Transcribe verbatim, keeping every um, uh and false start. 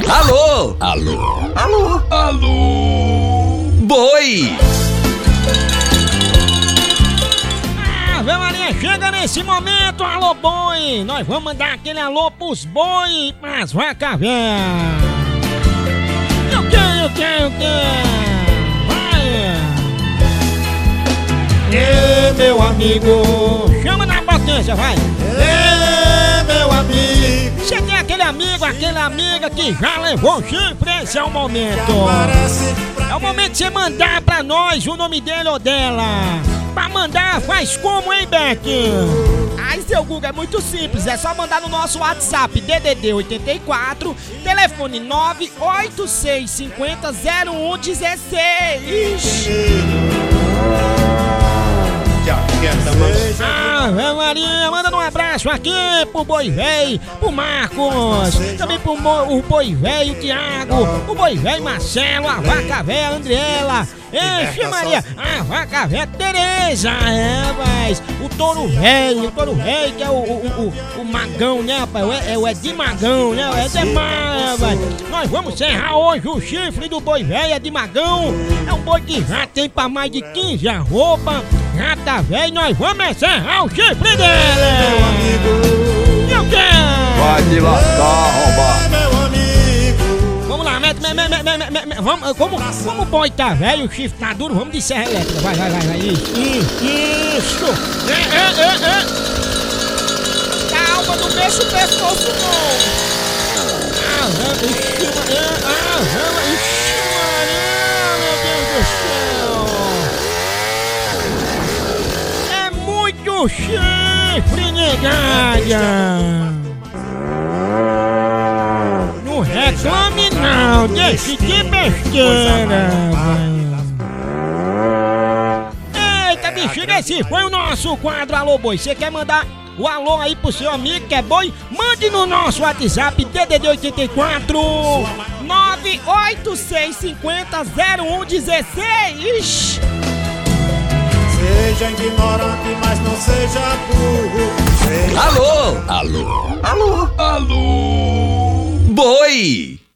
Alô? Alô? Alô? Alô? Boi! Ave Maria, chega nesse momento, alô boi! Nós vamos mandar aquele alô pros boi e pras vacas velhas! Eu quero, eu quero, eu quero! Vai! Ê, meu amigo! Chama na potência, vai! Ê, meu amigo! Você tem aquele amigo, aquela amiga que já levou chifre? Esse é o momento! É o momento de você mandar pra nós o nome dele ou dela! Pra mandar, faz como, hein, Beck? Ai, seu Guga, é muito simples, é só mandar no nosso WhatsApp D D D oitenta e quatro, telefone nove oito seis cinco zero zero um um seis. Ave Maria, manda um abraço aqui pro Boi Véi, pro Marcos, também pro Mo, o Boi Véi, o Thiago, o Boi Véi Marcelo, a Vaca Véia Andriela, Enche Maria, a Vaca Véia Tereza, é, rapaz, o Touro Véi, o Touro Véi que é o, o, o, o Magão, né, rapaz, é, é o Ed Magão, né, é demais, rapaz. Nós vamos encerrar hoje o chifre do Boi Véi, é de Magão, é um boi que já tem pra mais de quinze arroba. Já tá velho, nós vamos encerrar o chifre dele! Meu amigo! Eu quero! Vai te lascar, arromba! Meu amigo! Vamos lá, mete, mete, mete, mete, mete, mete, vamos, como, como o boi tá velho, o chifre tá duro, vamos de serra elétrica, vai, vai, vai, vai, isso, isso! É, é, é, é. Calma, não mexa o pescoço não! Ah, vamos, ixi, Maria, ah, vamos, ixi, Maria, meu Deus do céu! O chifre, negada! Não reclame não, deixe de besteira! Eita, bexiga, esse foi o nosso quadro Alô Boi. Você quer mandar o alô aí pro seu amigo que é boi? Mande no nosso WhatsApp D D D oitenta e quatro nove oito seis cinco zero um um seis. Seja ignorante, mas não seja burro. Seja... Alô? Alô? Alô? Alô? Boi!